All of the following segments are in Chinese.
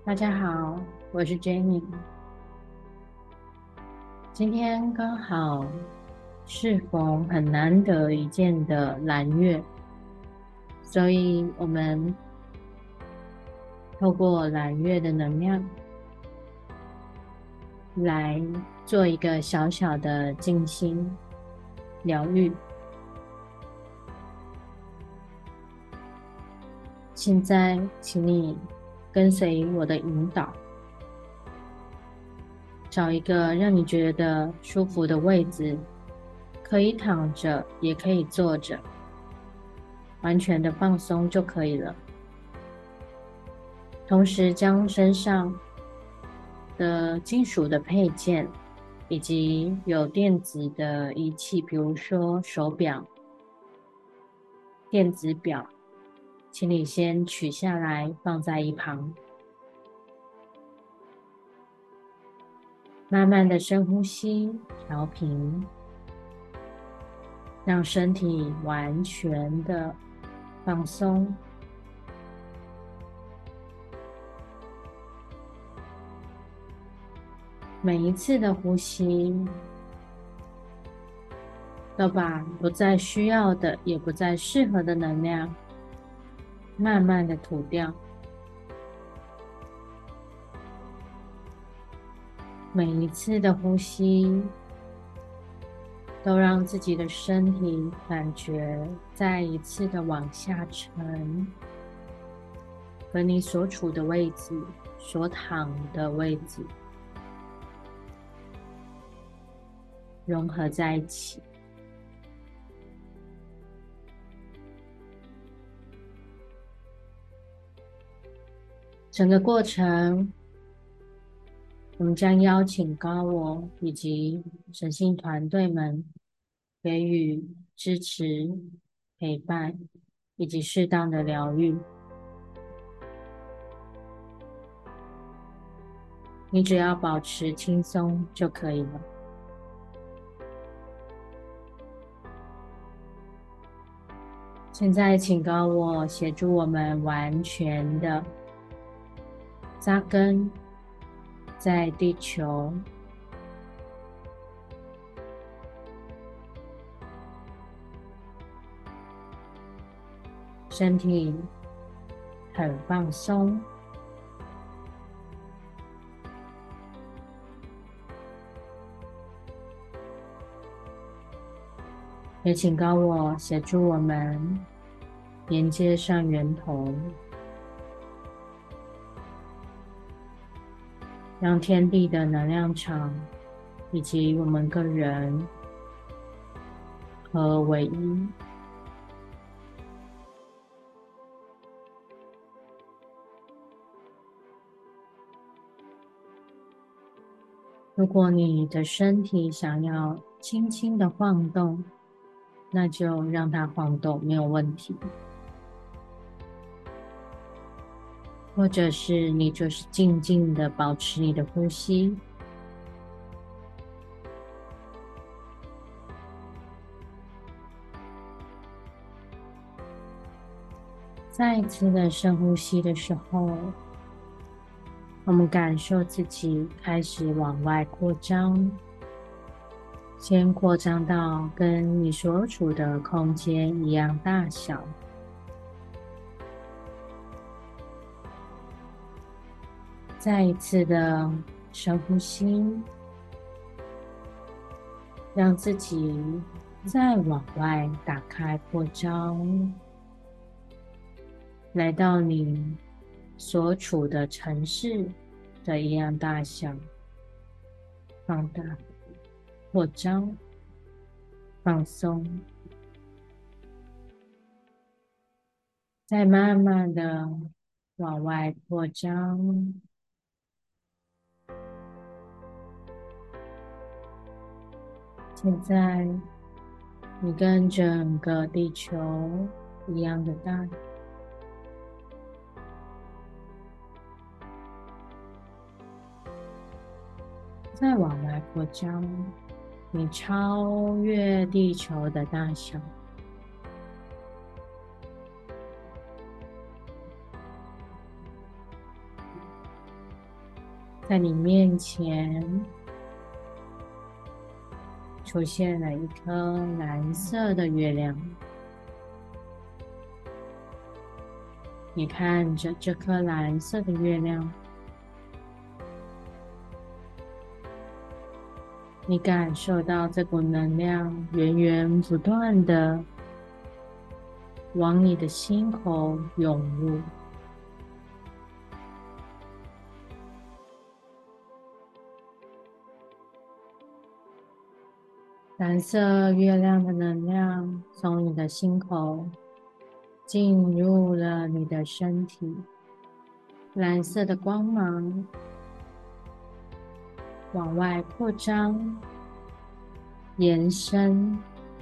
大家好，我是 Jenny。今天刚好适逢很难得一见的蓝月，所以我们透过蓝月的能量来做一个小小的静心疗愈。现在，请你跟随我的引导，找一个让你觉得舒服的位置，可以躺着，也可以坐着，完全的放松就可以了。同时将身上的金属的配件以及有电子的仪器，比如说手表、电子表，请你先取下来放在一旁，慢慢的深呼吸，调平，让身体完全的放松。每一次的呼吸，都把不再需要的，也不再适合的能量，慢慢的吐掉。每一次的呼吸，都让自己的身体感觉再一次的往下沉，和你所处的位置、所躺的位置融合在一起。整个过程，我们将邀请高我以及神性团队们给予支持、陪伴以及适当的疗愈。你只要保持轻松就可以了。现在，请高我协助我们完全的扎根在地球，身体很放松。也请高我协助我们连接上源头，让天地的能量场以及我们个人合为一。如果你的身体想要轻轻的晃动，那就让它晃动，没有问题。或者是你就是静静的保持你的呼吸，再一次的深呼吸的时候，我们感受自己开始往外扩张，先扩张到跟你所处的空间一样大小。再一次的深呼吸，让自己再往外打开扩张，来到你所处的城市的一样大小，放大、扩张、放松，再慢慢的往外扩张。现在你跟整个地球一样的大，再往外扩张，你超越地球的大小。 在你面前出现了一颗蓝色的月亮。你看着这颗蓝色的月亮，你感受到这股能量源源不断的往你的心口涌入。蓝色月亮的能量从你的心口进入了你的身体，蓝色的光芒往外扩张、延伸。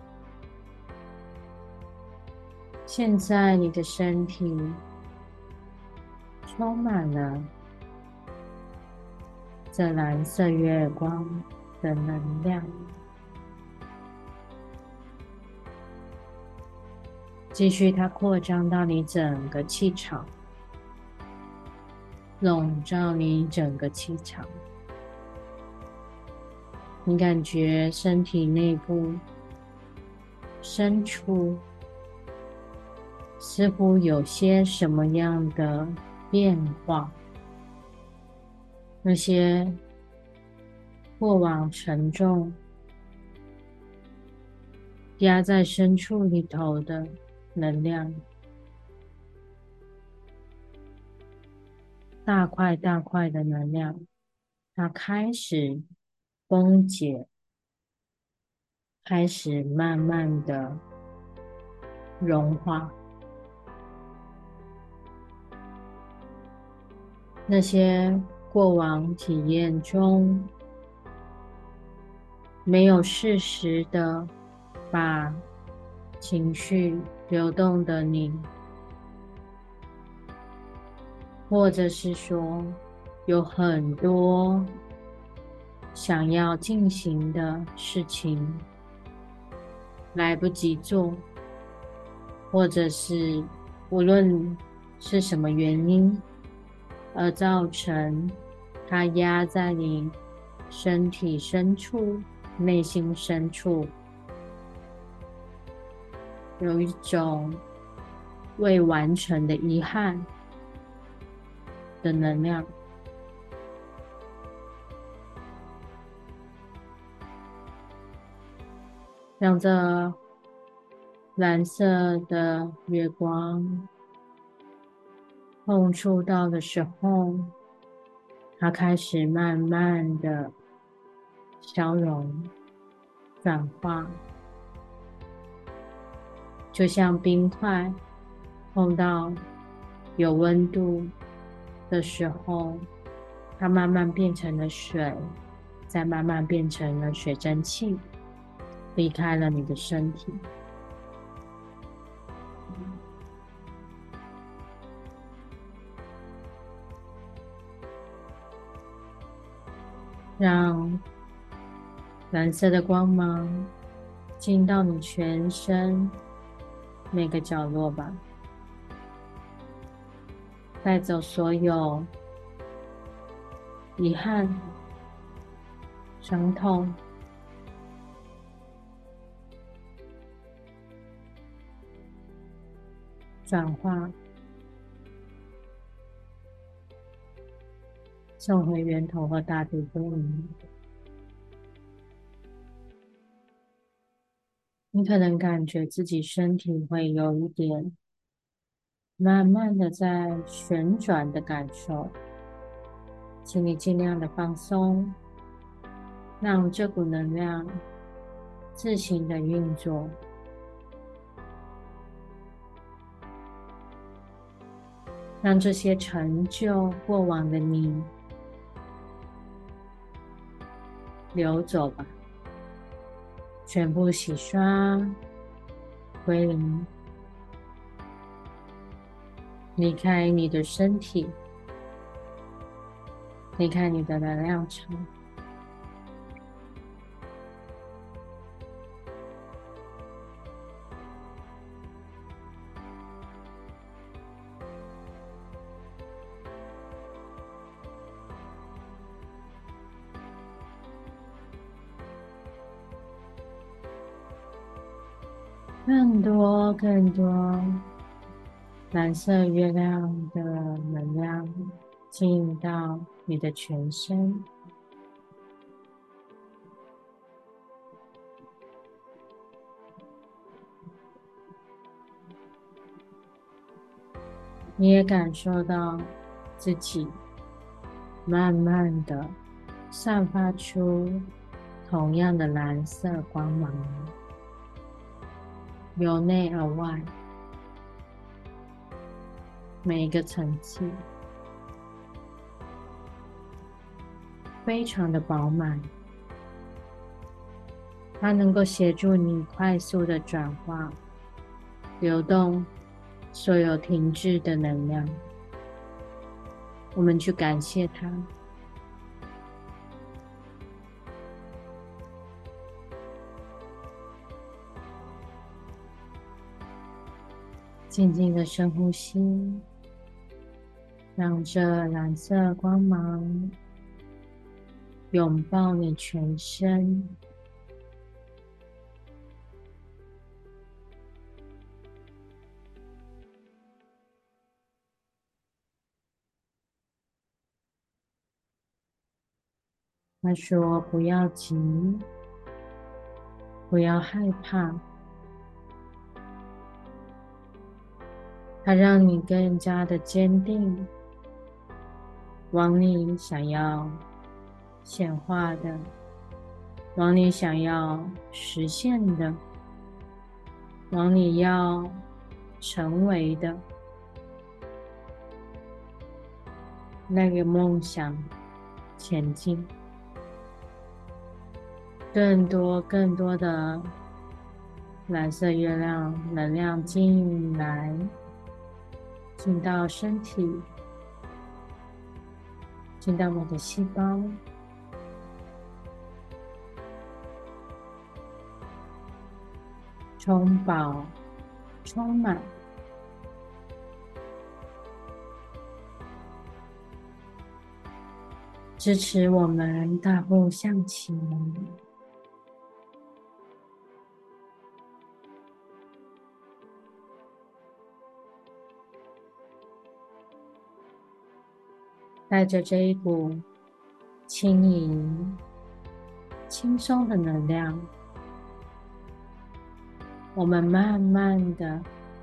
现在你的身体充满了这蓝色月光的能量。继续它扩张到你整个气场，笼罩你整个气场。你感觉身体内部深处似乎有些什么样的变化，那些过往沉重压在深处里头的能量，大块大块的能量，它开始崩解，开始慢慢的融化。那些过往体验中没有适时的把情绪流动的你，或者是说有很多想要进行的事情来不及做，或者是无论是什么原因而造成它压在你身体深处、内心深处，有一种未完成的遗憾的能量。让这蓝色的月光碰触到的时候，它开始慢慢的消融、转化，就像冰块碰到有温度的时候，它慢慢变成了水，再慢慢变成了水蒸气，离开了你的身体。让蓝色的光芒进到你全身每个角落吧，带走所有遗憾、伤痛，转化，送回源头和大地之灵。你可能感觉自己身体会有一点慢慢的在旋转的感受，请你尽量的放松，让这股能量自行的运作，让这些成就过往的你流走吧，全部洗刷归零，离开你的身体，离开你的能量场。 更多更多蓝色月亮的能量进到你的全身。你也感受到自己慢慢的散发出同样的蓝色光芒，由内而外，每一个层次非常的饱满，它能够协助你快速的转化、流动所有停滞的能量。我们去感谢它。静静的深呼吸，让这蓝色光芒拥抱你全身。他说：不要急，不要害怕。它让你更加的坚定，往你想要显化的，往你想要实现的，往你要成为的那个梦想前进。更多更多的蓝色月亮能量进来，进到身体，进到我的细胞，充饱，充满，支持我们大步向前。带着这一股轻盈、轻松的能量，我们慢慢的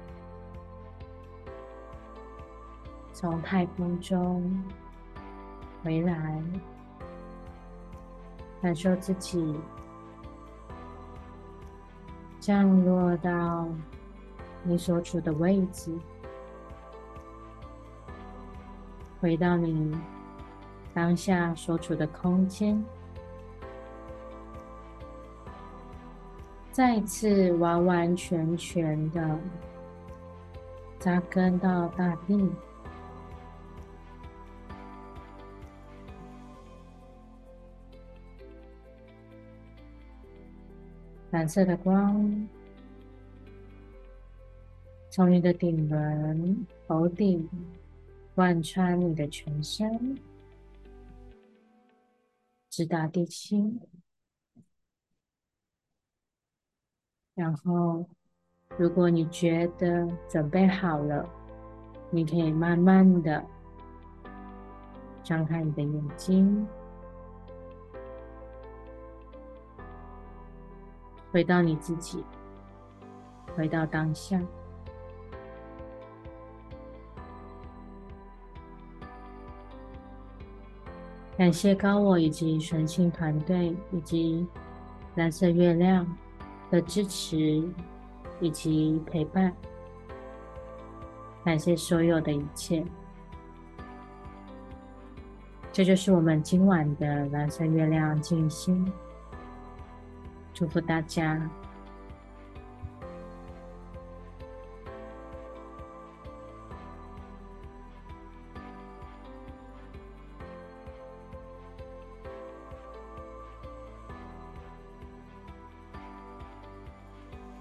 从太空中回来，感受自己降落到你所处的位置，回到你当下所处的空间，再次完完全全的扎根到大地。蓝色的光从你的顶轮、头顶贯穿你的全身，直达地心。然后，如果你觉得准备好了，你可以慢慢的张开你的眼睛，回到你自己，回到当下。感谢高我以及神性团队以及蓝色月亮的支持以及陪伴，感谢所有的一切。这就是我们今晚的蓝色月亮静心，祝福大家